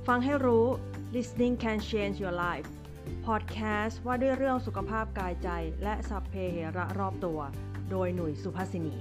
ฟังให้รู้ Listening can change your life Podcast ว่าด้วยเรื่องสุขภาพกายใจและสัพเพเหระรอบตัวโดยหนุ่ยสุภาสินี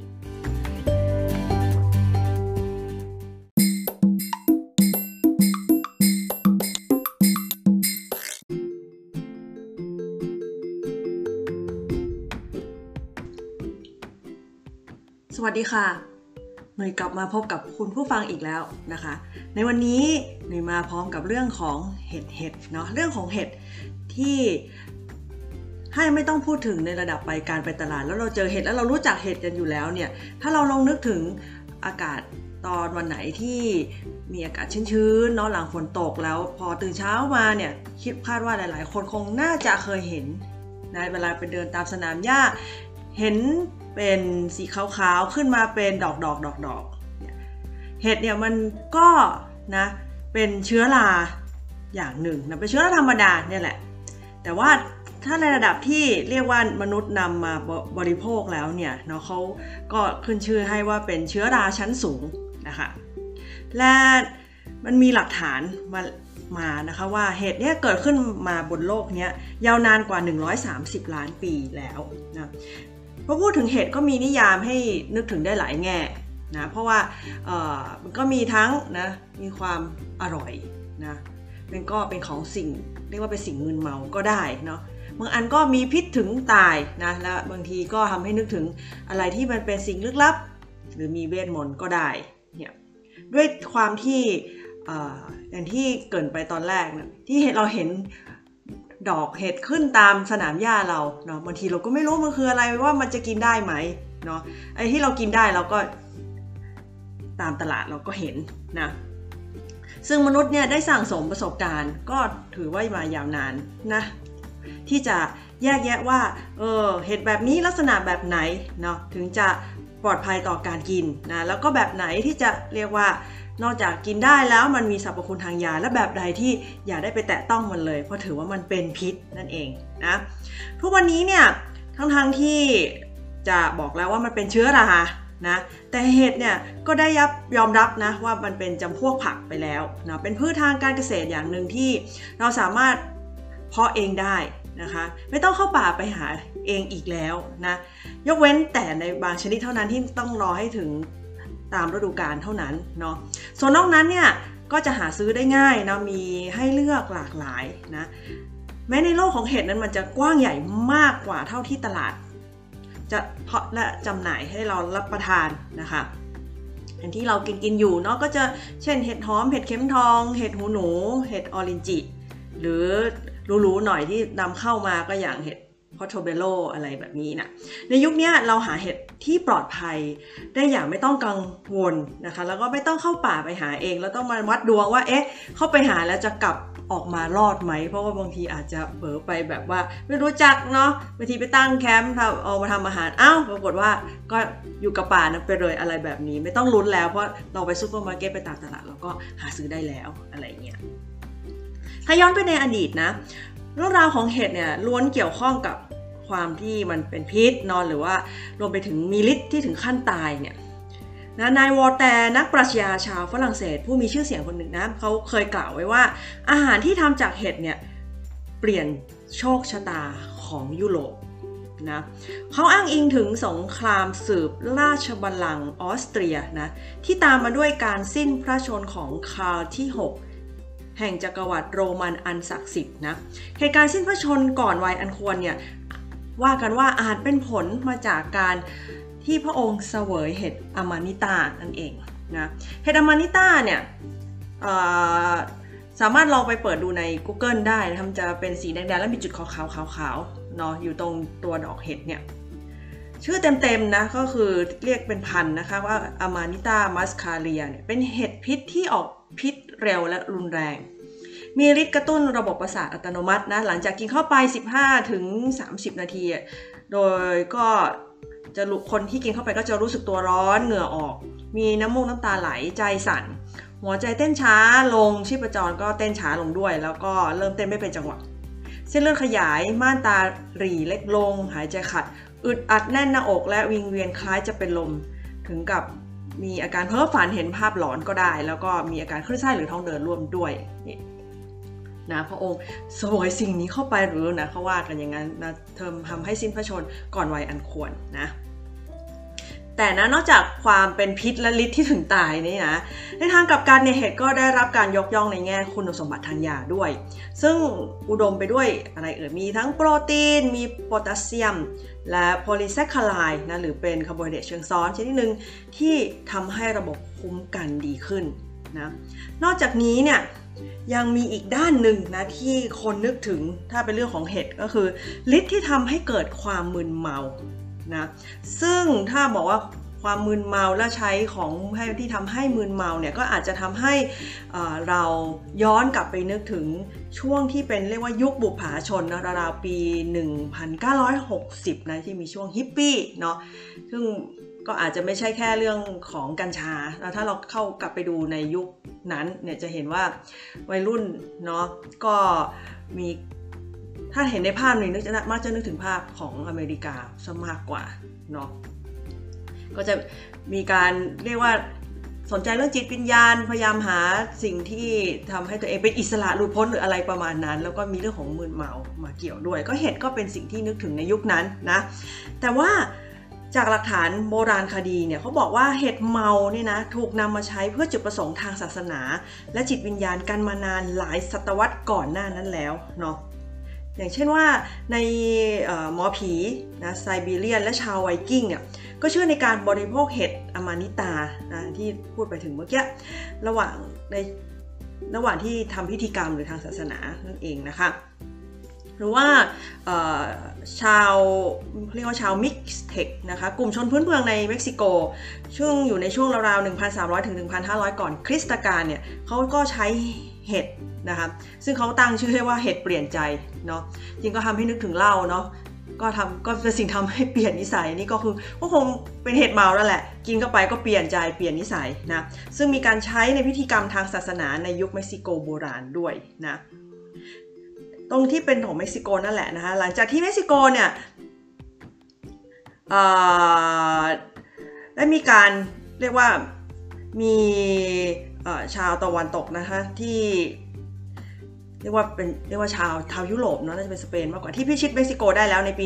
สวัสดีค่ะหนุ่ยกลับมาพบกับคุณผู้ฟังอีกแล้วนะคะในวันนี้หนุ่ยมาพร้อมกับเรื่องของเห็ดเนาะเรื่องของเห็ดที่ให้ไม่ต้องพูดถึงในระดับไปการไปตลาดแล้วเราเจอเห็ดแล้วเรารู้จักเห็ดกันอยู่แล้วเนี่ยถ้าเราลองนึกถึงอากาศตอนวันไหนที่มีอากาศชื้นๆเนาะหลังฝนตกแล้วพอตื่นเช้ามาเนี่ยคาดว่าหลายๆคนคงน่าจะเคยเห็นในเวลาไปเดินตามสนามหญ้าเห็นเป็นสีขาวๆขึ้นมาเป็นดอกเห็ดเนี่ยมันก็นะเป็นเชื้อราอย่างหนึ่งนะเป็นเชื้อราธรรมดาเนี่ยแหละแต่ว่าถ้าในระดับที่เรียกว่ามนุษย์นำมาบริโภคแล้วเนี่ยเนาะเขาก็ขึ้นชื่อให้ว่าเป็นเชื้อราชั้นสูงนะคะและมันมีหลักฐานมานะคะว่าเห็ดเนี่ยเกิดขึ้นมาบนโลกนี้ยาวนานกว่า130ล้านปีแล้วนะพอพูดถึงเห็ดก็มีนิยามให้นึกถึงได้หลายแง่นะเพราะว่ามันก็มีทั้งนะมีความอร่อยนะมันก็เป็นของสิ่งเรียกว่าเป็นสิ่งมึนเมาก็ได้เนาะบางอันก็มีพิษถึงตายนะและบางทีก็ทำให้นึกถึงอะไรที่มันเป็นสิ่งลึกลับหรือมีเวทมนต์ก็ได้เนี่ยด้วยความที่อย่างที่เกริ่นไปตอนแรกนะที่เราเห็นดอกเห็ดขึ้นตามสนามหญ้าเราเนาะบางทีเราก็ไม่รู้มันคืออะไรว่ามันจะกินได้ไหมเนาะไอ้ที่เรากินได้เราก็ตามตลาดเราก็เห็นนะซึ่งมนุษย์เนี่ยได้สั่งสมประสบการณ์ก็ถือว่ามายาวนานนะที่จะแยกแยะว่าเห็ดแบบนี้ลักษณะแบบไหนเนาะถึงจะปลอดภัยต่อการกินนะแล้วก็แบบไหนที่จะเรียกว่านอกจากกินได้แล้วมันมีสรรพคุณทางยาและแบบใดที่อย่าได้ไปแตะต้องมันเลยเพราะถือว่ามันเป็นพิษนั่นเองนะทุกวันนี้เนี่ยทั้งที่จะบอกแล้วว่ามันเป็นเชื้อรานะแต่เห็ดเนี่ยก็ได้ยอมรับนะว่ามันเป็นจำพวกผักไปแล้วนะเป็นพืชทางการเกษตรอย่างหนึ่งที่เราสามารถเพาะเองได้นะคะไม่ต้องเข้าป่าไปหาเองอีกแล้วนะยกเว้นแต่ในบางชนิดเท่านั้นที่ต้องรอให้ถึงตามฤดูกาลเท่านั้นเนาะส่วนนอกนั้นเนี่ยก็จะหาซื้อได้ง่ายนะมีให้เลือกหลากหลายนะแม้ในโลกของเห็ดนั้นมันจะกว้างใหญ่มากกว่าเท่าที่ตลาดจะเพาะและจำหน่ายให้เรารับประทานนะคะอันที่เรากินอยู่เนาะก็จะเช่นเห็ดหอมเห็ดเข็มทองเห็ดหูหนูเห็ดออรินจิหรือรู้ๆหน่อยที่นำเข้ามาก็อย่างเห็ดพอโทเบโลอะไรแบบนี้นะในยุคนี้เราหาเห็ดที่ปลอดภัยได้อย่างไม่ต้องกังวลนะคะแล้วก็ไม่ต้องเข้าป่าไปหาเองแล้วต้องมาวัดดวงว่าเข้าไปหาแล้วจะกลับออกมารอดไหมเพราะว่าบางทีอาจจะเผลอไปแบบว่าไม่รู้จักเนาะบางทีไปตั้งแคมป์เอามาทำอาหารปรากฏว่าก็อยู่กับป่านั้นไปเลยอะไรแบบนี้ไม่ต้องลุ้นแล้วเพราะเราไปซูเปอร์มาร์เก็ตไปตามตลาดเราก็หาซื้อได้แล้วอะไรเงี้ยถ้าย้อนไปในอดีตนะเรื่องราวของเห็ดเนี่ยล้วนเกี่ยวข้องกับความที่มันเป็นพิษเนาะหรือว่ารวมไปถึงมีฤทธิ์ที่ถึงขั้นตายเนี่ยนะนายวอลแตร์นักปรัชญาชาวฝรั่งเศสผู้มีชื่อเสียงคนหนึ่งนะเขาเคยกล่าวไว้ว่าอาหารที่ทำจากเห็ดเนี่ยเปลี่ยนโชคชะตาของยุโรปนะเขาอ้างอิงถึงสงครามสืบราชบัลลังก์ออสเตรียนะที่ตามมาด้วยการสิ้นพระชนม์ของคาร์ลที่6แห่งจักรวรรดิโรมันอันศักดิ์สิทธิ์นะเหตุการณ์สิ้นพระชนม์ก่อนวัยอันควรเนี่ยว่ากันว่าอาจเป็นผลมาจากการที่พระองค์เสวยเห็ดอะมานิตานั่นเองนะเห็ดอะมานิตาเนี่ยสามารถลองไปเปิดดูใน Google ได้นะมันจะเป็นสีแดงๆแล้วมีจุดขาวๆๆเนาะอยู่ตรงตัวดอกเห็ดเนี่ยชื่อเต็มๆนะก็คือเรียกเป็นพันธุ์นะคะว่าอะมานิตามัสคาเรียเนี่ยเป็นเห็ดพิษที่ออกพิษเร็วและรุนแรงมีฤทธิ์กระตุ้นระบบประสาทอัตโนมัตินะหลังจากกินเข้าไป 15-30 นาทีโดยก็จะคนที่กินเข้าไปก็จะรู้สึกตัวร้อนเหงื่อออกมีน้ำมูกน้ำตาไหลใจสั่นหัวใจเต้นช้าลงชีพจรก็เต้นช้าลงด้วยแล้วก็เริ่มเต้นไม่เป็นจังหวะเส้นเลือดขยายม่านตาหรี่เล็กลงหายใจขัดอึดอัดแน่นหน้าอกและวิงเวียนคล้ายจะเป็นลมถึงกับมีอาการเพ้อฝันเห็นภาพหลอนก็ได้แล้วก็มีอาการคลื่นไส้หรือท้องเดินร่วมด้วยนะพระองค์เสวยสิ่งนี้เข้าไปหรือนะเขาว่ากันอย่างนั้นนะทำให้สิ้นพระชนก่อนวัยอันควรนะแต่นะนอกจากความเป็นพิษและฤทธิ์ที่ถึงตายนี่นะในทางกลับกันเนี่ยเห็ดก็ได้รับการยกย่องในแง่คุณสมบัติทางยาด้วยซึ่งอุดมไปด้วยอะไรมีทั้งโปรตีนมีโพแทสเซียมและโพลีแซคคาไรด์นะหรือเป็นคาร์โบไฮเดรตเชิงซ้อนชนิดหนึ่งที่ทำให้ระบบคุ้มกันดีขึ้นนะนอกจากนี้เนี่ยยังมีอีกด้านหนึ่งนะที่คนนึกถึงถ้าเป็นเรื่องของเห็ดก็คือฤทธิ์ที่ทำให้เกิดความมึนเมานะซึ่งถ้าบอกว่าความมึนเมาและใช้ของที่ทำให้มึนเมาเนี่ยก็อาจจะทำให้เราย้อนกลับไปนึกถึงช่วงที่เป็นเรียกว่ายุคบุปผาชนนะราวๆปี 1960 นะที่มีช่วงฮิปปี้เนาะซึ่งก็อาจจะไม่ใช่แค่เรื่องของกัญชาแล้วถ้าเราเข้ากลับไปดูในยุคนั้นเนี่ยจะเห็นว่าวัยรุ่นเนาะก็มีถ้าเห็นในภาพนี้มักจะนึกถึงภาพของอเมริกาซะมากกว่าเนาะก็จะมีการเรียกว่าสนใจเรื่องจิตวิญญาณพยายามหาสิ่งที่ทำให้ตัวเองเป็นอิสระหลุดพ้นหรืออะไรประมาณนั้นแล้วก็มีเรื่องของมึนเมามาเกี่ยวด้วยก็เห็ดก็เป็นสิ่งที่นึกถึงในยุคนั้นนะแต่ว่าจากหลักฐานโบราณคดีเนี่ยเขาบอกว่าเห็ดเมาเนี่ยนะถูกนำมาใช้เพื่อจุดประสงค์ทางศาสนาและจิตวิญญาณกันมานานหลายศตวรรษก่อนหน้านั้นแล้วเนาะอย่างเช่นว่าในหมอผีนะไซบีเรียนและชาวไวกิ้งเนี่ยก็เชื่อในการบริโภคเห็ดอมานิตานะที่พูดไปถึงเมื่อกี้ระหว่างที่ทำพิธีกรรมหรือทางศาสนานั่นเองนะคะหรือว่าเรียกว่าชาวมิกซ์เทคนะคะกลุ่มชนพื้นเมืองในเม็กซิโกซึ่งอยู่ในช่วงราวๆ 1,300 ถึง 1,500 ก่อนคริสตกาลเนี่ยเขาก็ใช้เห็ดนะคะซึ่งเขาตั้งชื่อให้ว่าเห็ดเปลี่ยนใจเนาะจริงก็ทำให้นึกถึงเหล้าเนาะก็เป็นสิ่งทำให้เปลี่ยนนิสัยนี่ก็คงเป็นเห็ดเมาแล้วแหละกินเข้าไปก็เปลี่ยนใจเปลี่ยนนิสัยนะซึ่งมีการใช้ในพิธีกรรมทางศาสนาในยุคเม็กซิโกโบราณด้วยนะตรงที่เป็นของเม็กซิโกนั่นแหละนะคะหลังจากที่เม็กซิโกเนี่ยได้มีการเรียกว่ามีชาวตะวันตกนะคะที่เรียกว่าชาวยุโรปเนาะน่าจะเป็นสเปนมากกว่าที่พิชิตเม็กซิโกได้แล้วในปี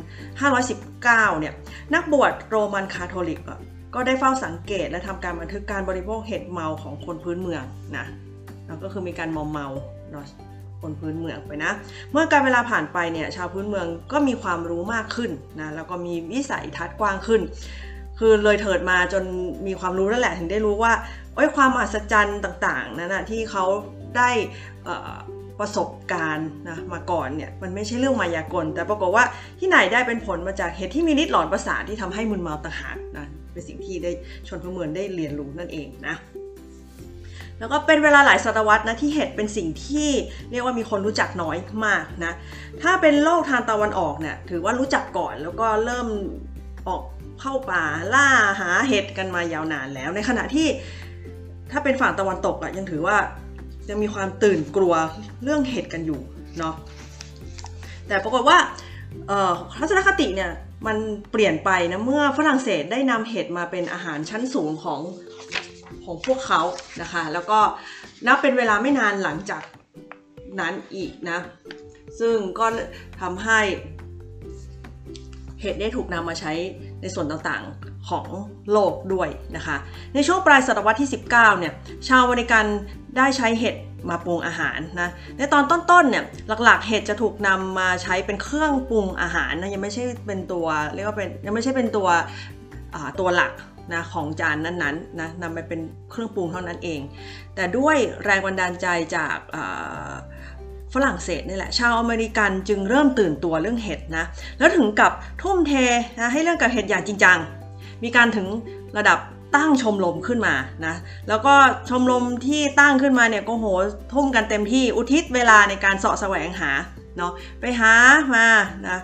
1519 เนี่ยนักบวชโรมันคาทอลิกก็ได้เฝ้าสังเกตและทำการบันทึกการบริโภคเห็ดเมาของคนพื้นเมืองนะแล้วก็คือมีการเมาเนาะคนพื้นเมืองไปนะเมื่อการเวลาผ่านไปเนี่ยชาวพื้นเมืองก็มีความรู้มากขึ้นนะแล้วก็มีวิสัยทัศน์กว้างขึ้นคือเลยเถิดมาจนมีความรู้แล้วแหละถึงได้รู้ว่าความมหัศจรรย์ต่างๆนั้นนะที่เขาได้ประสบการณ์นะมาก่อนเนี่ยมันไม่ใช่เรื่องมายากลแต่ปรากฏว่าที่ไหนได้เป็นผลมาจากเห็ดที่มีฤทธิ์หลอนประสาทที่ทำให้มึนเมาต่างหากนะเป็นสิ่งที่ได้ชนพื้นเมืองได้เรียนรู้นั่นเองนะแล้วก็เป็นเวลาหลายศตวรรษนะที่เห็ดเป็นสิ่งที่เรียกว่ามีคนรู้จักน้อยมากนะถ้าเป็นโลกทางตะวันออกเนี่ยถือว่ารู้จักก่อนแล้วก็เริ่มออกเข้าป่าล่าหาเห็ดกันมายาวนานแล้วในขณะที่ถ้าเป็นฝั่งตะวันตกยังถือว่ายังมีความตื่นกลัวเรื่องเห็ดกันอยู่เนาะแต่ปรากฏว่าทัศนคติเนี่ยมันเปลี่ยนไปนะเมื่อฝรั่งเศสได้นำเห็ดมาเป็นอาหารชั้นสูงของพวกเขานะคะแล้วก็นับเป็นเวลาไม่นานหลังจากนั้นอีกนะซึ่งก็ทำให้เห็ดได้ถูกนำมาใช้ในส่วนต่างๆของโลกด้วยนะคะในช่วงปลายศตวรรษที่19เนี่ยชาวอเมริกันได้ใช้เห็ดมาปรุงอาหารนะในตอนต้นๆเนี่ยหลักๆเห็ดจะถูกนำมาใช้เป็นเครื่องปรุงอาหารนะยังไม่ใช่เป็นตัวเรียกว่าเป็นยังไม่ใช่เป็นตัวหลักนะของจานนั้นๆนะนำไปเป็นเครื่องปรุงเท่านั้นเองแต่ด้วยแรงบันดาลใจจากฝรั่งเศสนี่แหละชาวอเมริกันจึงเริ่มตื่นตัวเรื่องเห็ดนะแล้วถึงกับทุ่มเทนะให้เรื่องกับเห็ดอย่างจริงจังมีการถึงระดับตั้งชมรมขึ้นมานะแล้วก็ชมรมที่ตั้งขึ้นมาเนี่ยก็โหทุ่มกันเต็มที่อุทิศเวลาในการเสาะแสวงหาเนาะไปหามานะ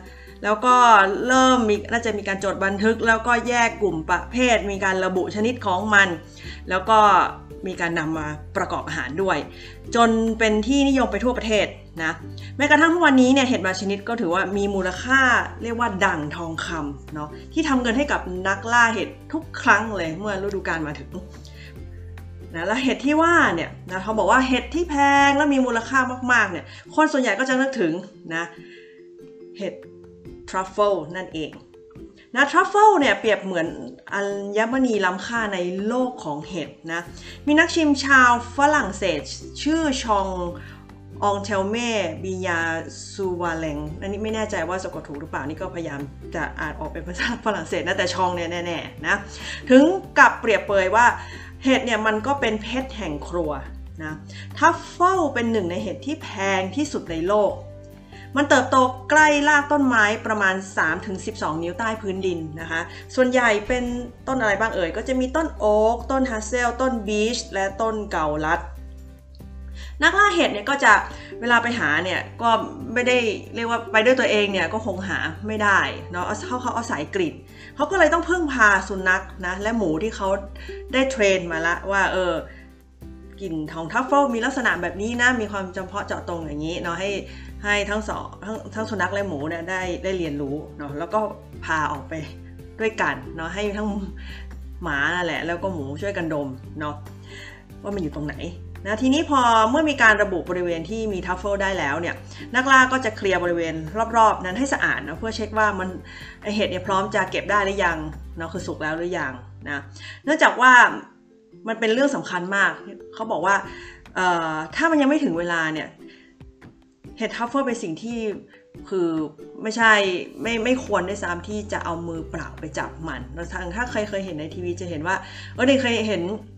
แล้วก็เริ่มน่าจะมีการจดบันทึกแล้วก็แยกกลุ่มประเภทมีการระบุชนิดของมันแล้วก็มีการนำมาประกอบอาหารด้วยจนเป็นที่นิยมไปทั่วประเทศนะแม้กระทั่งทุกวันนี้เนี่ยเห็ดบางชนิดก็ถือว่ามีมูลค่าเรียกว่าดั่งทองคำเนาะที่ทำเงินให้กับนักล่าเห็ดทุกครั้งเลยเมื่อฤดูกาลมาถึงนะแล้วเห็ดที่ว่าเนี่ยนะเขาบอกว่าเห็ดที่แพงและมีมูลค่ามากๆเนี่ยคนส่วนใหญ่ก็จะนึกถึงนะเห็ดทรัฟเฟิลนั่นเองนะทรัฟเฟิลเนี่ยเปรียบเหมือนอัญมณีล้ำค่าในโลกของเห็ดนะมีนักชิมชาวฝรั่งเศสชื่อชององเทลเม่บิยาซูวาเลงอันนี้ไม่แน่ใจว่าสะกดถูกหรือเปล่านี่ก็พยายามจะอ่านออกเป็นภาษาฝรั่งเศสนะแต่ชองเนี่ยแน่ๆนะถึงกับเปรียบเปรยว่าเห็ดเนี่ยมันก็เป็นเพชรแห่งครัวนะทรัฟเฟิลเป็นหนึ่งในเห็ดที่แพงที่สุดในโลกมันเติบโตใกล้รากต้นไม้ประมาณ 3-12 นิ้วใต้พื้นดินนะคะส่วนใหญ่เป็นต้นอะไรบ้างเอ่ยก็จะมีต้นโอ๊กต้นฮัสเซลต้นบีชและต้นเกาลัดนักล่าเห็ดเนี่ยก็จะเวลาไปหาเนี่ยก็ไม่ได้เรียกว่าไปด้วยตัวเองเนี่ยก็คงหาไม่ได้เนาะเขาอาศัยกลิ่นเขาก็เลยต้องพึ่งพาสุนัขนะและหมูที่เขาได้เทรนมาละว่ากลิ่นของทรัฟเฟิลมีลักษณะแบบนี้นะมีความจำเพาะเจาะตรงอย่างนี้เนาะให้ทั้งสุนัขและหมูเนี่ยได้เรียนรู้เนาะแล้วก็พาออกไปด้วยกันเนาะให้ทั้งหมาแหละแล้วก็หมูช่วยกันดมเนาะว่ามันอยู่ตรงไหนนะทีนี้พอเมื่อมีการระบุบริเวณที่มีทรัฟเฟิลได้แล้วเนี่ยนักล่าก็จะเคลียร์บริเวณรอบๆนั้นให้สะอาดนะเพื่อเช็คว่ามันเห็ดเนี่ยพร้อมจะเก็บได้หรือยังเนาะคือสุกแล้วหรือยังนะเนื่องจากว่ามันเป็นเรื่องสำคัญมากเขาบอกว่าถ้ามันยังไม่ถึงเวลาเนี่ยเห็ดทรัฟเฟิลเป็นสิ่งที่คือไม่ใช่ไม่ควรด้วยซ้ำที่จะเอามือเปล่าไปจับมันถ้าเคยเห็นในทีวีจะเห็นว่าได้เคยเห็น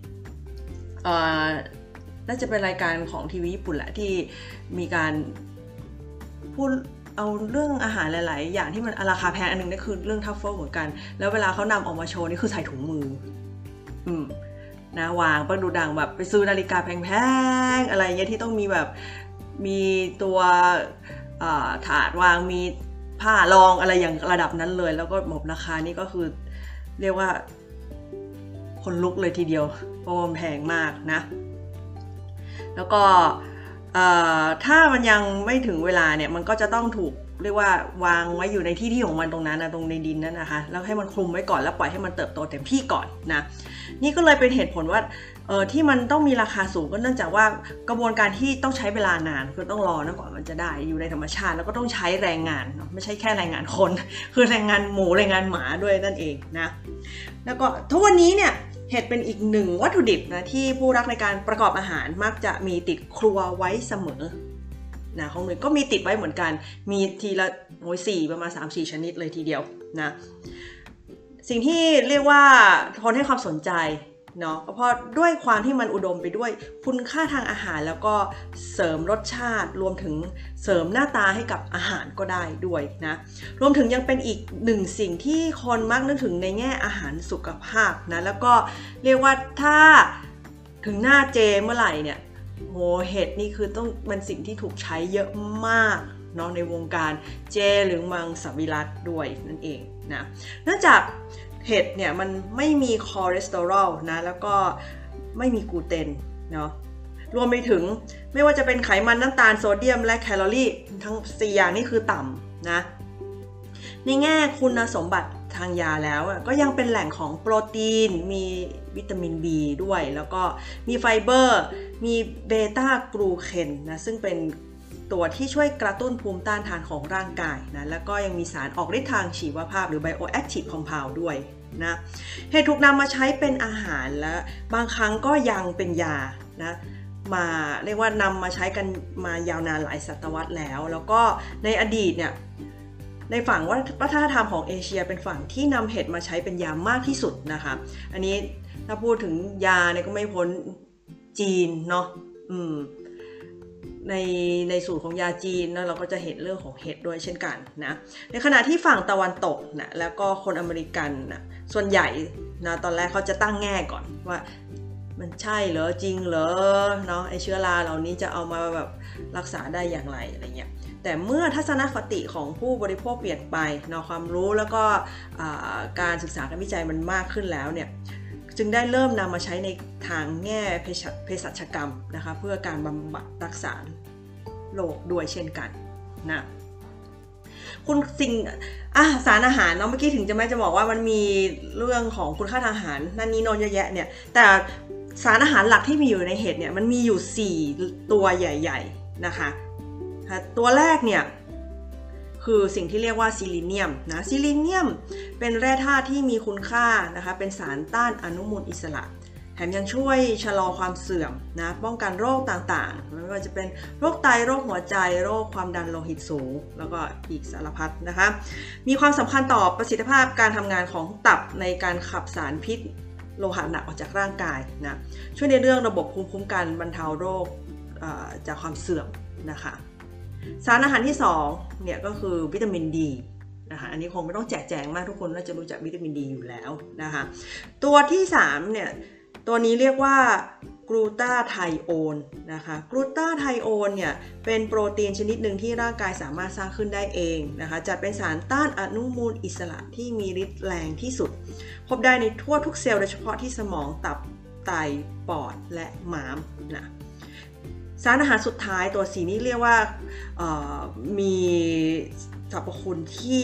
น่าจะเป็นรายการของทีวีญี่ปุ่นแหละที่มีการพูดเอาเรื่องอาหารหลายๆอย่างที่มันราคาแพงอันนึงนี่คือเรื่องทรัฟเฟิลเหมือนกันแล้วเวลาเขานำออกมาโชว์นี่คือใส่ถุงมือนะวางประดูดังแบบไปซื้อนาฬิกาแพงๆอะไรเงี้ยที่ต้องมีแบบมีตัวถาดวางมีผ้ารองอะไรอย่างระดับนั้นเลยแล้วก็หมดราคานี่ก็คือเรียกว่าคนลุกเลยทีเดียวเพราะมันแพงมากนะแล้วก็ถ้ามันยังไม่ถึงเวลาเนี่ยมันก็จะต้องถูกเรียกว่าวางไว้อยู่ในที่ของมันตรงนั้นนะตรงในดินนั่นนะคะแล้วให้มันคลุมไว้ก่อนแล้วปล่อยให้มันเติบโตเต็มที่ก่อนนะนี่ก็เลยเป็นเหตุผลว่าที่มันต้องมีราคาสูงก็เนื่องจากว่ากระบวนการที่ต้องใช้เวลานานคือต้องรอนะก่อนมันจะได้อยู่ในธรรมชาติแล้วก็ต้องใช้แรงงานเนาะไม่ใช่แค่แรงงานคนคือแรงงานหมูแรงงานหมาด้วยนั่นเองนะแล้วก็ทุกวันนี้เนี่ยเห็ดเป็นอีกหนึ่งวัตถุดิบนะที่ผู้รักในการประกอบอาหารมักจะมีติดครัวไว้เสมอนะของหนูก็มีติดไว้เหมือนกันมีทีละประมาณ 3-4 ชนิดเลยทีเดียวนะสิ่งที่เรียกว่าคนให้ความสนใจเนาะเพราะด้วยความที่มันอุดมไปด้วยคุณค่าทางอาหารแล้วก็เสริมรสชาติรวมถึงเสริมหน้าตาให้กับอาหารก็ได้ด้วยนะรวมถึงยังเป็นอีกหนึ่งสิ่งที่คนมักนึกถึงในแง่อาหารสุขภาพนะแล้วก็เรียกว่าถ้าถึงหน้าเจเมื่อไหร่เนี่ยเห็ดนี่คือต้องมันสิ่งที่ถูกใช้เยอะมากเนาะในวงการเจหรือมังสวิรัติด้วยนั่นเองนะเนื่องจากเห็ดเนี่ยมันไม่มีคอเลสเตอรอลนะแล้วก็ไม่มีกลูเตนเนาะรวมไปถึงไม่ว่าจะเป็นไขมันน้ำตาลโซเดียมและแคลอรี่ทั้ง4อย่างนี่คือต่ำนะในแง่คุณสมบัติทางยาแล้วก็ยังเป็นแหล่งของโปรตีนมีวิตามิน B ด้วยแล้วก็มีไฟเบอร์มีเบต้ากลูเคนนะซึ่งเป็นตัวที่ช่วยกระตุ้นภูมิต้านทานของร่างกายนะแล้วก็ยังมีสารออกฤทธิ์ทางชีวภาพหรือ bioactive compound ด้วยนะเห็ดถูกนำมาใช้เป็นอาหารและบางครั้งก็ยังเป็นยานะมาเรียกว่านำมาใช้กันมายาวนานหลายศตวรรษแล้วก็ในอดีตเนี่ยในฝั่งวัฒนธรรมของเอเชียเป็นฝั่งที่นำเห็ดมาใช้เป็นยามากที่สุดนะคะอันนี้ถ้าพูดถึงยาเนี่ยก็ไม่พ้นจีนเนาะในสูตรของยาจีนเราก็จะเห็นเรื่องของเห็ดด้วยเช่นกันนะในขณะที่ฝั่งตะวันตกนะแล้วก็คนอเมริกันนะส่วนใหญ่นะตอนแรกเขาจะตั้งแง่ก่อนว่ามันใช่เหรอจริงเหรอเนาะไอเชื้อราเหล่านี้จะเอามาแบบรักษาได้อย่างไรอะไรเงี้ยแต่เมื่อทัศนคติของผู้บริโภคเปลี่ยนไปเนาะความรู้แล้วก็การศึกษาการวิจัยมันมากขึ้นแล้วเนี่ยจึงได้เริ่มนำมาใช้ในทางแง่เภสัชกรรมนะคะเพื่อการบำบัดรักษาโรคด้วยเช่นกันนะคุณสารอาหารเนาะเมื่อกี้ถึงจะบอกว่ามันมีเรื่องของคุณค่าทางอาหารนั่นนี่โน่นเยอะแยะเนี่ยแต่สารอาหารหลักที่มีอยู่ในเห็ดเนี่ยมันมีอยู่4ตัวใหญ่ๆนะคะตัวแรกเนี่ยคือสิ่งที่เรียกว่าซิลิเนียมนะซิลิเนียมเป็นแร่ธาตุที่มีคุณค่านะคะเป็นสารต้านอนุมูลอิสระแถมยังช่วยชะลอความเสื่อมนะป้องกันโรคต่างๆไม่ว่าจะเป็นโรคไตโรคหัวใจโรคความดันโลหิตสูงแล้วก็อีกสารพัดนะคะมีความสำคัญต่อประสิทธิภาพการทำงานของตับในการขับสารพิษโลหะหนักออกจากร่างกายนะช่วยในเรื่องระบบภูมิคุ้มกันบรรเทาโรคจากความเสื่อมนะคะสารอาหารที่2เนี่ยก็คือวิตามินดีนะคะอันนี้คงไม่ต้องแจกแจงมากทุกคนน่าจะรู้จักวิตามินดีอยู่แล้วนะคะตัวที่3เนี่ยตัวนี้เรียกว่ากลูตาไทโอนนะคะกลูตาไทโอนเนี่ยเป็นโปรตีนชนิดหนึ่งที่ร่างกายสามารถสร้างขึ้นได้เองนะคะจะเป็นสารต้านอนุมูลอิสระที่มีฤทธิ์แรงที่สุดพบได้ในทั่วทุกเซลล์โดยเฉพาะที่สมองตับไตปอดและม้ามนะสารอาหารสุดท้ายตัวสีนี้เรียกว่ามีสรรพคุณที่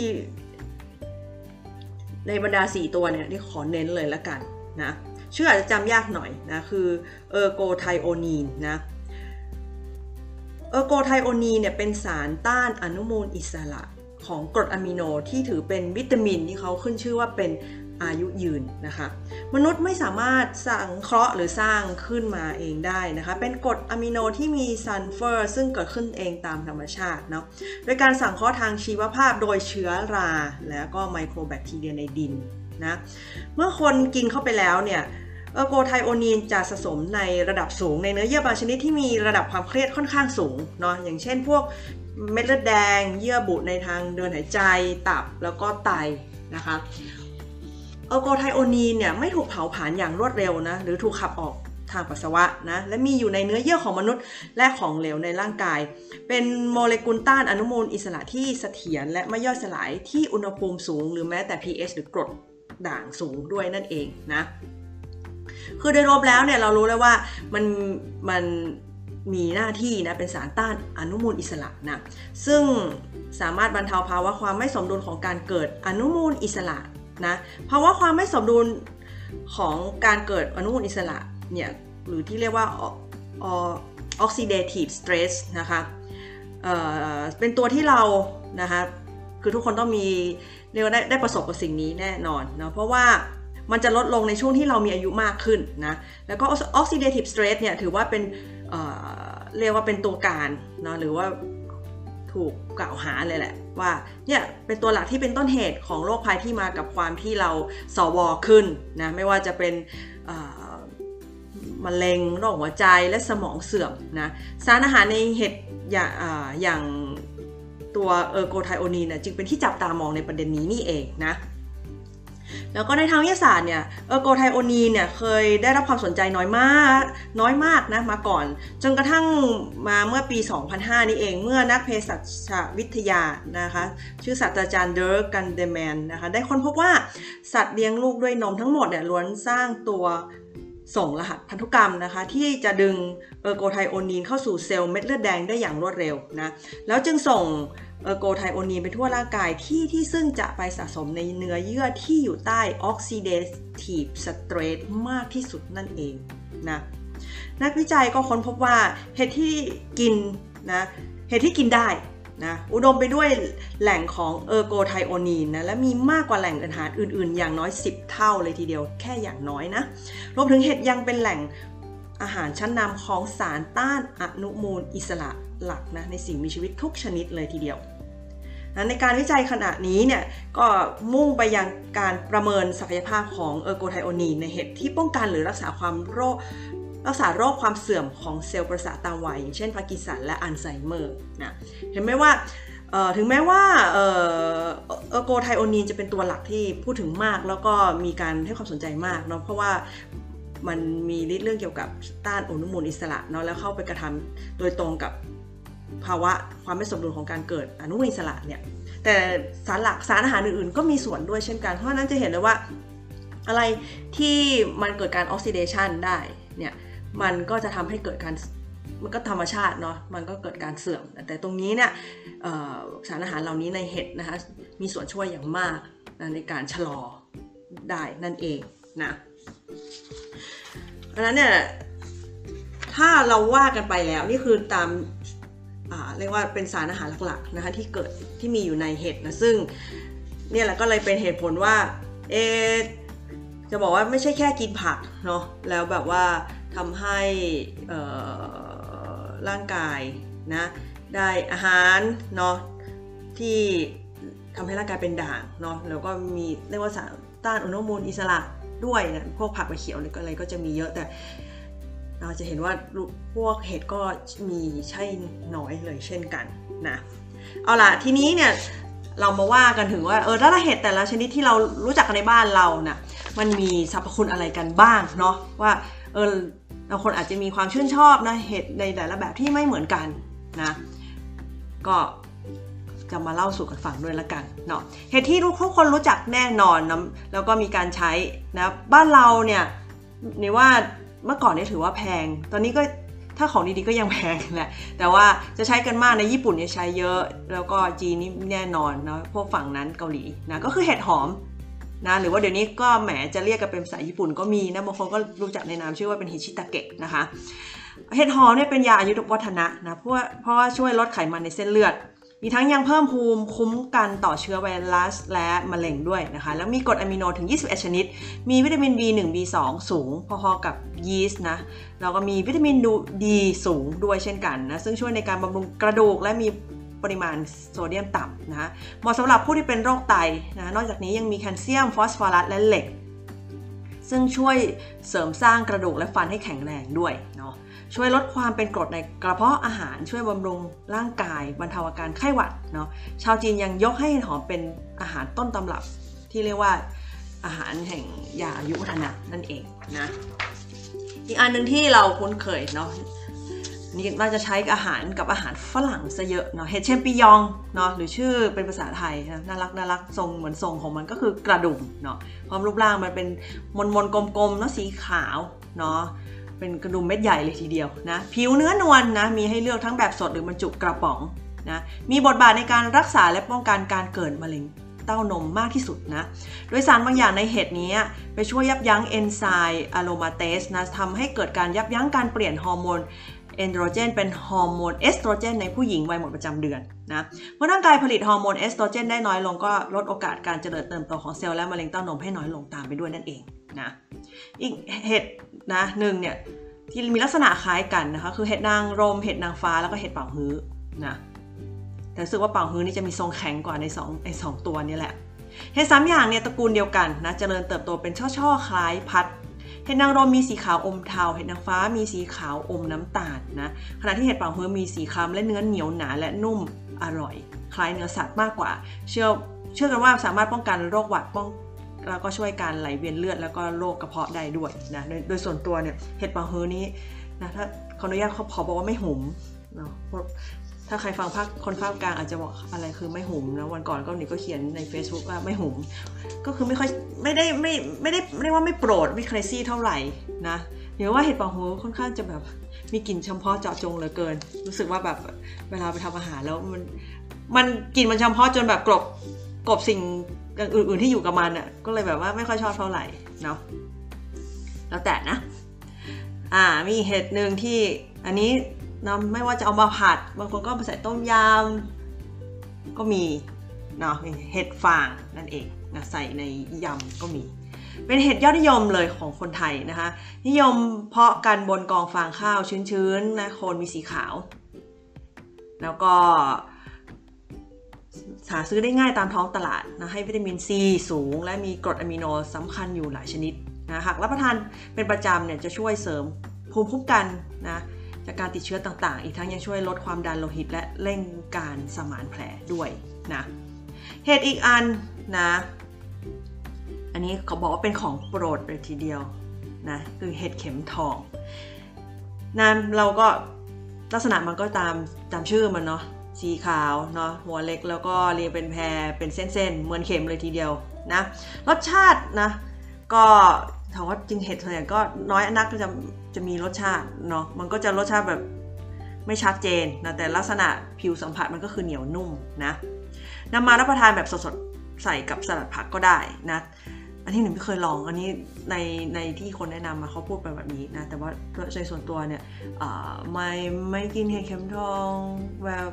ในบรรดา4ตัวเนี่ยที่ขอเน้นเลยละกันนะชื่ออาจจะจำยากหน่อยนะคือเออร์โกไทโอนีนนะเออร์โกไทโอนีนเนี่ยเป็นสารต้านอนุมูลอิสระของกรดอะมิโนที่ถือเป็นวิตามินที่เขาขึ้นชื่อว่าเป็นอายุยืนนะคะมนุษย์ไม่สามารถสังเคราะห์หรือสร้างขึ้นมาเองได้นะคะเป็นกรดอะมิโนที่มีซัลเฟอร์ซึ่งเกิดขึ้นเองตามธรรมชาติเนาะโดยการสังเคราะห์ทางชีวภาพโดยเชื้อราแล้วก็ไมโครแบคทีเรียในดินนะเมื่อคนกินเข้าไปแล้วเนี่ยเออร์โกไทโอนีนจะสะสมในระดับสูงในเนื้อเยื่อบางชนิดที่มีระดับความเครียดค่อนข้างสูงเนาะอย่างเช่นพวกเม็ดเลือดแดงเยื่อบุในทางเดินหายใจตับแล้วก็ไตนะคะเออร์โกไทโอนีนเนี่ยไม่ถูกเผาผลาญอย่างรวดเร็วนะหรือถูกขับออกทางปัสสาวะนะและมีอยู่ในเนื้อเยื่อของมนุษย์และของเหลวในร่างกายเป็นโมเลกุลต้านอนุมูลอิสระที่เสถียรและไม่ย่อยสลายที่อุณหภูมิสูงหรือแม้แต่ pH หรือกรดด่างสูงด้วยนั่นเองนะคือโดยรวมแล้วเนี่ยเรารู้แล้วว่ามันมีหน้าที่นะเป็นสารต้านอนุมูลอิสระนะซึ่งสามารถบรรเทาภาวะความไม่สมดุลของการเกิดอนุมูลอิสระนะภาวะความไม่สมดุลของการเกิดอนุมูลอิสระเนี่ยหรือที่เรียกว่าoxidative stress นะคะเป็นตัวที่เรานะคะคือทุกคนต้องมีเรียกว่าได้ประสบกับสิ่งนี้แน่นอนเนาะเพราะว่ามันจะลดลงในช่วงที่เรามีอายุมากขึ้นนะแล้วก็ oxidative stress เนี่ยถือว่าเป็นเรียกว่าเป็นตัวการเนาะหรือว่าถูกกล่าวหาเลยแหละว่าเนี่ยเป็นตัวหลักที่เป็นต้นเหตุของโรคภัยที่มากับความที่เราสวขึ้นนะไม่ว่าจะเป็นมะเร็งโรคหัวใจและสมองเสื่อมนะสารอาหารในเห็ดอย่างตัวเออร์โกไทโอนีนจึงเป็นที่จับตามองในประเด็นนี้นี่เองนะแล้วก็ในทางวิทยาศาสตร์เนี่ยเออร์โกไทโอนีนเนี่ยเคยได้รับความสนใจน้อยมากนะมาก่อนจนกระทั่งมาเมื่อปี 2005 นี้เองเมื่อนักเภสัชวิทยานะคะชื่อศาสตราจารย์เดิร์กกันเดแมนนะคะได้ค้นพบว่าสัตว์เลี้ยงลูกด้วยนมทั้งหมดเนี่ยล้วนสร้างตัวส่งรหัสพันธุกรรมนะคะที่จะดึงเออร์โกไทโอนีนเข้าสู่เซลล์เม็ดเลือดแดงได้อย่างรวดเร็วนะแล้วจึงส่งเออร์โกไทโอนีนไปทั่วร่างกายที่ซึ่งจะไปสะสมในเนื้อเยื่อที่อยู่ใต้ oxidative stress มากที่สุดนั่นเองนะนักวิจัยก็ค้นพบว่าเห็ดที่กินได้นะอุดมไปด้วยแหล่งของเออร์โกไทโอนีนนะและมีมากกว่าแหล่งอาหารอื่นๆอย่างน้อย10เท่าเลยทีเดียวแค่อย่างน้อยนะรวมถึงเห็ดยังเป็นแหล่งอาหารชั้นนำของสารต้านอนุมูลอิสระหลักนะในสิ่งมีชีวิตทุกชนิดเลยทีเดียวนะในการวิจัยขณะนี้เนี่ยก็มุ่งไปยังการประเมินศักยภาพของเออร์โกไทโอนีนในเห็ดที่ป้องกันหรือรักษาโรคความเสื่อมของเซลล์ประสาทตามวัยอย่างเช่นพาร์กินสันและอัลไซเมอร์นะเห็นไหมว่าถึงแม้ว่าเออร์โกไทโอนีนจะเป็นตัวหลักที่พูดถึงมากแล้วก็มีการให้ความสนใจมากเนาะเพราะว่ามันมีฤทธิ์เรื่องเกี่ยวกับต้านอนุมูลอิสระเนาะแล้วเข้าไปกระทำโดยตรงกับภาวะความไม่สมดุลของการเกิดอนุมูลอิสระเนี่ยแต่สารหลักสารอาหารอื่นๆก็มีส่วนด้วยเช่นกันเพราะฉะนั้นจะเห็นเลยว่าอะไรที่มันเกิดการออกซิเดชันได้เนี่ยมันก็จะทำให้เกิดการมันก็ธรรมชาติเนาะมันก็เกิดการเสื่อมแต่ตรงนี้เนี่ยสารอาหารเหล่านี้ในเห็ดนะคะมีส่วนช่วยอย่างมากในการชะลอได้นั่นเองนะอันนั้นเนี่ยถ้าเราว่ากันไปแล้วนี่คือตามเรียกว่าเป็นสารอาหารหลักๆนะคะที่มีอยู่ในเห็ดนะซึ่งเนี่ยแหละก็เลยเป็นเหตุผลว่าจะบอกว่าไม่ใช่แค่กินผักเนาะแล้วแบบว่าทำให้ร่างกายนะได้อาหารเนาะที่ทำให้ร่างกายเป็นด่างเนาะแล้วก็มีเรียกว่าสารต้านอนุมูลอิสระด้วยนะพวกผักใบเขียวอะไรก็จะมีเยอะแต่เราจะเห็นว่าพวกเห็ดก็มีใช่น้อยเลยเช่นกันนะเอาล่ะทีนี้เนี่ยเรามาว่ากันถึงว่าถ้าเห็ดแต่ละชนิดที่เรารู้จักกันในบ้านเรานะมันมีสรรพคุณอะไรกันบ้างเนาะว่าบางคนอาจจะมีความชื่นชอบนะเห็ดในแต่ละแบบที่ไม่เหมือนกันนะก็จะมาเล่าสู่กันฟังด้วยละกันเนาะเห็ดที่ทุกคนรู้จักแน่นอนนะแล้วก็มีการใช้นะบ้านเราเนี่ยนี่ว่าเมื่อก่อนเนี่ยถือว่าแพงตอนนี้ก็ถ้าของดีๆก็ยังแพงแหละแต่ว่าจะใช้กันมากในญี่ปุ่นเนี่ยใช้เยอะแล้วก็จีนนี่แน่นอนเนาะพวกฝั่งนั้นเกาหลีนะก็คือเห็ดหอมนะหรือว่าเดี๋ยวนี้ก็แหมจะเรียกกันเป็นภาษาญี่ปุ่นก็มีนะบางคนก็รู้จักในนามชื่อว่าเป็นฮิชิตาเกะนะคะเห็ดหอมเนี่ยเป็นยาอายุวัฒนะนะเพราะว่าช่วยลดไขมันในเส้นเลือดมีทั้งยังเพิ่มภูมิคุ้มกันต่อเชื้อไวรัสและมะเร็งด้วยนะคะแล้วมีกรดอะมิโนถึง21ชนิดมีวิตามิน B1 B2 สูงพอๆกับยีสต์นะแล้วก็มีวิตามินดีสูงด้วยเช่นกันนะซึ่งช่วยในการบำรุงกระดูกและมีปริมาณโซเดียมต่ำนะเหมาะสำหรับผู้ที่เป็นโรคไตนะนอกจากนี้ยังมีแคลเซียมฟอสฟอรัสและเหล็กซึ่งช่วยเสริมสร้างกระดูกและฟันให้แข็งแรงด้วยเนาะช่วยลดความเป็นกรดในกระเพาะอาหารช่วยบำรุงร่างกายบรรเทาอาการไข้หวัดเนาะชาวจีนยังยกให้เห็ดหอมเป็นอาหารต้นตำรับที่เรียกว่าอาหารแห่งยาอายุวัฒนะนั่นเองนะอีกอันนึงที่เราคุ้นเคยเนาะนี่น่าจะใช้อาหารกับอาหารฝรั่งซะเยอะเนาะเห็ดเชมปิญองเนาะหรือชื่อเป็นภาษาไทยนะน่ารักทรงเหมือนทรงของมันก็คือกระดุมเนาะความรูปร่างมันเป็นมนกลมๆเนาะสีขาวเนาะเป็นกระดุมเม็ดใหญ่เลยทีเดียวนะผิวเนื้อนวลนะมีให้เลือกทั้งแบบสดหรือบรรจุกระป๋องนะมีบทบาทในการรักษาและป้องกันการเกิดมะเร็งเต้านมมากที่สุดนะโดยสารบางอย่างในเห็ดนี้ไปช่วยยับยั้งเอนไซม์อะโรมาเตสนะทำให้เกิดการยับยั้งการเปลี่ยนฮอร์โมนเอนโดรเจนเป็นฮอร์โมนเอสโตรเจนในผู้หญิงวัยหมดประจำเดือนนะเมื่อร่างกายผลิตฮอร์โมนเอสโตรเจนได้น้อยลงก็ลดโอกาสการเจริญเติบโตของเซลล์และมะเร็งเต้านมให้น้อยลงตามไปด้วยนั่นเองนะอีกเห็ดนะหนึ่งเนี่ยที่มีลักษณะคล้ายกันนะคะคือเห็ดนางรมเห็ดนางฟ้าแล้วก็เห็ดเป่าฮื้อนะแต่รู้สึกว่าเป่าฮื้อนี่จะมีทรงแข็งกว่าในสองตัวนี้แหละเห็ด3อย่างเนี่ยตระกูลเดียวกันนะเจริญเติบโตเป็นช่อคล้ายพัดเห็ดนางรมมีสีขาวอมเทาเห็ดนางฟ้ามีสีขาวอมน้ำตาลนะขณะที่เห็ดเป่าฮื้อมีสีคล้ำและเนื้อเหนียวหนาและนุ่มอร่อยคล้ายเนื้อสัตว์มากกว่าเชื่อกันว่าสามารถป้องกันโรคหวัดแล้วก็ช่วยการไหลเวียนเลือดแล้วก็โรคกระเพาะได้ด้วยนะโดยส่วนตัวเนี่ยเห็ดเป่าฮื้อนี้นะถ้าขออนุญาตเขาบอกว่าไม่หุมเนาะถ้าใครฟังคนภาคกลางอาจจะบอกอะไรคือไม่หุมนะวันก่อนก็หนิก็เขียนใน Facebook ว่าไม่หุมก็คือไม่ได้ว่าไม่โปรดไม่ crazy เท่าไหร่นะหรือว่าเห็ดเป่าฮื้อค่อนข้างจะแบบมีกลิ่นเฉพาะเจาะจงเหลือเกินรู้สึกว่าแบบเวลาไปทำอาหารแล้วมันกลิ่นมันเฉพาะจนแบบกลบสิ่งอย่างอื่นๆที่อยู่กับมันอ่ะก็เลยแบบว่าไม่ค่อยชอบเท่าไหร่เนาะแล้วแต่นะมีเห็ดหนึ่งที่อันนี้นะไม่ว่าจะเอามาผัดบางคนก็มาใส่ต้มยำก็มีเนาะเห็ดฟางนั่นเองนะใส่ในยำก็มีเป็นเห็ดยอดนิยมเลยของคนไทยนะคะนิยมเพาะกันบนกองฟางข้าวชื้นๆนะโคนมีสีขาวแล้วก็หาซื้อได้ง่ายตามท้องตลาดนะให้วิตามินซีสูงและมีกรดอะมิโนสำคัญอยู่หลายชนิดนะหากรับประทานเป็นประจำเนี่ยจะช่วยเสริมภูมิคุ้มกันนะจากการติดเชื้อต่างๆอีกทั้งยังช่วยลดความดันโลหิตและเร่งการสมานแผลด้วยนะเห็ดอีกอันนะอันนี้เขาบอกว่าเป็นของโปรดเลยทีเดียวนะคือเห็ดเข็มทองนะเราก็ลักษณะมันก็ตามชื่อมันเนาะสีขาวเนาะหัวเล็กแล้วก็เรียงเป็นแพรเป็นเส้นๆเหมือนเข็มเลยทีเดียวนะรสชาตินะก็ถามว่าจริงเห็ดส่วนใหญ่ก็น้อยนักก็จะมีรสชาติเนาะมันก็จะรสชาติแบบไม่ชัดเจนนะแต่ลักษณะผิวสัมผัสมันก็คือเหนียวนุ่มนะนำมารับประทานแบบสดๆใส่กับสลัดผักก็ได้นะอันที่หนึ่งไม่เคยลองอันนี้ในที่คนแนะนำมาเขาพูดไปแบบนี้นะแต่ว่าในส่วนตัวเนี่ยไม่กินเห็ดเข็มทองแบบ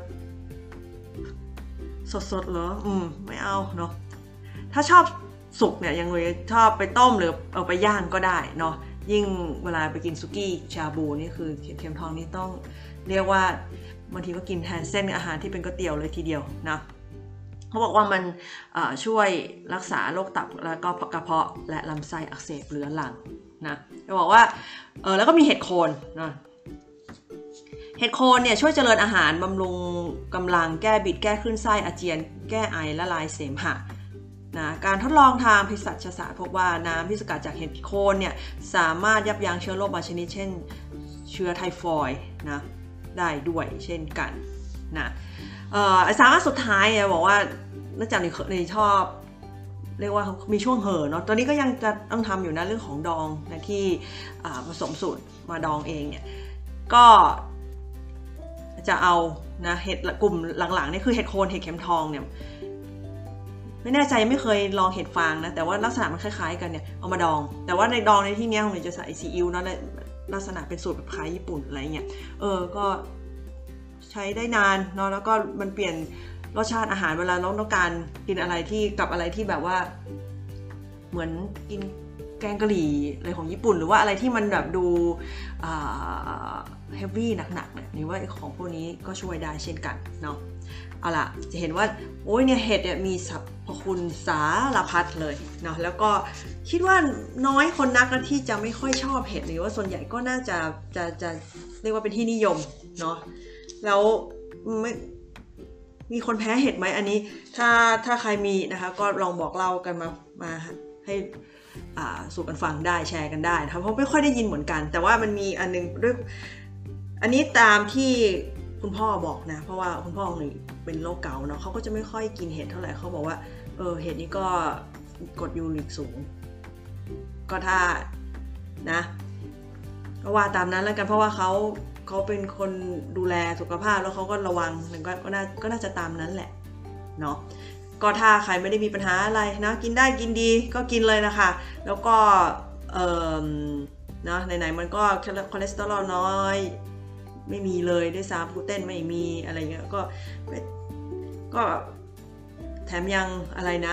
สดๆเหรอไม่เอาเนาะถ้าชอบสุกเนี่ยยังเลยชอบไปต้มหรือเอาไปย่างก็ได้เนาะยิ่งเวลาไปกินซุกี้ชาบูนี่คือเห็ดเข็มทองนี่ต้องเรียกว่าบางทีก็กินแทนเส้นอาหารที่เป็นก๋วยเตี๋ยวเลยทีเดียวนะเขาบอกว่ามันช่วยรักษาโรคตับแล้วก็กระเพาะและลำไส้อักเสบเรื้อรังนะจะบอกว่าแล้วก็มีเห็ดโคนนะเห็ดโคนเนี่ยช่วยเจริญอาหารบำรุงกำลังแก้บิดแก้คลื่นไส้อาเจียนแก้ไอละลายเสมหะนะการทดลองทางเภสัชศาสตร์พบว่าน้ำที่สกัดจากเห็ดโคนเนี่ยสามารถยับยั้งเชื้อโรคบางชนิดเช่นเชื้อไทฟอยด์นะได้ด้วยเช่นกันนะสาระสุดท้ายบอกว่าน่าจะในชอบเรียกว่ามีช่วงเห่อเนาะตอนนี้ก็ยังจะต้องทำอยู่นะเรื่องของดองนะที่ผสมสูตรมาดองเองเนี่ยก็จะเอานะเห็ดกลุ่มหลังๆนี่คือเห็ดโคนเห็ดเข็มทองเนี่ยไม่แน่ใจไม่เคยลองเห็ดฟางนะแต่ว่าลักษณะมันคล้ายๆกันเนี่ยเอามาดองแต่ว่าในดองในที่นี้ผมจะใส่ซีอิ๊วนะลักษณะเป็นสูตรแบบคล้ายญี่ปุ่นอะไรเงี้ยก็ใช้ได้นานเนาะแล้วก็มันเปลี่ยนรสชาติอาหารเวลาเราต้องการกินอะไรที่กับอะไรที่แบบว่าเหมือนกินแกงกะหรี่อะไรของญี่ปุ่นหรือว่าอะไรที่มันแบบดูเฮฟวี่หนักๆเนี่ยนี่ว่าของพวกนี้ก็ช่วยได้เช่นกันเนาะเอาล่ะจะเห็นว่าโอ้ยเนี่ยเห็ดเนี่ยมีสรรพคุณสารพัดเลยเนาะแล้วก็คิดว่าน้อยคนนักนะที่จะไม่ค่อยชอบเห็ดหรือว่าส่วนใหญ่ก็น่าจะเรียกว่าเป็นที่นิยมเนาะแล้วไม่มีคนแพ้เห็ดไหมอันนี้ถ้าใครมีนะคะก็ลองบอกเล่ากันมาให้สู่กันฟังได้แชร์กันได้นะคะเพราะไม่ค่อยได้ยินเหมือนกันแต่ว่ามันมีอันนึงด้วยอันนี้ตามที่คุณพ่อบอกนะเพราะว่าคุณพ่อของหนูเป็นโรคเกาต์เนาะเขาก็จะไม่ค่อยกินเห็ดเท่าไหร่เขาบอกว่าเห็ดนี้ก็กรดยูริกสูงก็ถ้านะก็ว่าตามนั้นแล้วกันเพราะว่าเขาเป็นคนดูแลสุขภาพแล้วเขาก็ระวังก็น่าจะตามนั้นแหละเนาะก็ถ้าใครไม่ได้มีปัญหาอะไรนะกินได้กินดีก็กินเลยนะคะแล้วก็นะไหนๆมันก็คอเลสเตอรอลน้อยไม่มีเลยด้วยซ้ำกลูเตนไม่มีอะไรเงี้ยก็แถมยังอะไรนะ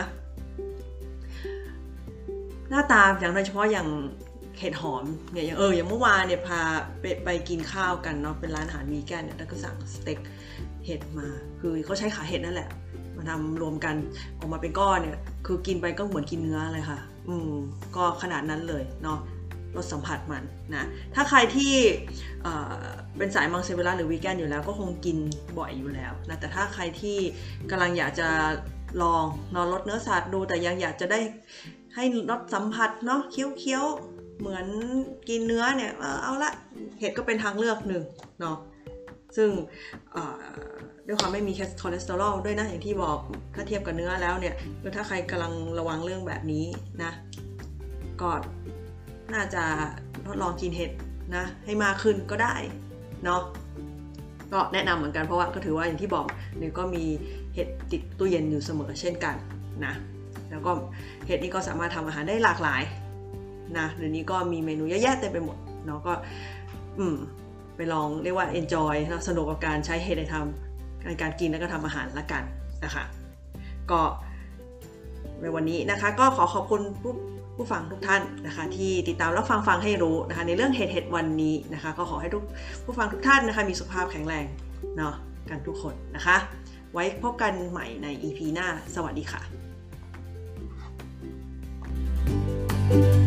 หน้าตาอย่างโดยเฉพาะอย่างเห็ดหอมเนี่ยอย่างเมื่อวานเนี่ยพาไปกินข้าวกันเนาะเป็นร้านอาหารวีแกนเนี่ยแล้วก็สั่งสเต็กเห็ดมาคือเขาใช้ขาเห็ดนั่นแหละมาทำรวมกันออกมาเป็นก้อนเนี่ยคือกินไปก็เหมือนกินเนื้อเลยค่ะก็ขนาดนั้นเลยเนาะรสสัมผัสมันนะถ้าใครที่เป็นสายมังสวิรัติหรือวีแกนอยู่แล้วก็คงกินบ่อยอยู่แล้วนะแต่ถ้าใครที่กำลังอยากจะลองลดเนื้อสัตว์ดูแต่ยังอยากจะได้ให้รสสัมผัสเนาะเคี้ยวเหมือนกินเนื้อเนี่ยเอาละเห็ดก็เป็นทางเลือกหนึ่งเนาะซึ่งด้วยความไม่มีคอเลสเตอรอลด้วยนะอย่างที่บอกถ้าเทียบกับเนื้อแล้วเนี่ยถ้าใครกำลังระวังเรื่องแบบนี้นะก็น่าจะทดลองกินเห็ดนะให้มากขึ้นก็ได้เนาะก็แนะนำเหมือนกันเพราะว่าก็ถือว่าอย่างที่บอกเนี่ยก็มีเห็ดติดตู้เย็นอยู่เสมอเช่นกันนะแล้วก็เห็ดนี้ก็สามารถทำอาหารได้หลากหลายนะเดี๋ยวนี้ก็มีเมนูเยอะแยะเต็มไปหมดเนาะก็ไปลองเรียกว่า enjoy นะสนุกกับการใช้เห็ดในการกินแล้วก็ทำอาหารละกันนะคะก็ในวันนี้นะคะก็ขอบคุณผู้ฟังทุกท่านนะคะที่ติดตามรับฟังให้รู้นะคะในเรื่องเห็ดวันนี้นะคะก็ขอให้ผู้ฟังทุกท่านนะคะมีสุขภาพแข็งแรงเนาะกันทุกคนนะคะไว้พบกันใหม่ใน EP หน้าสวัสดีค่ะ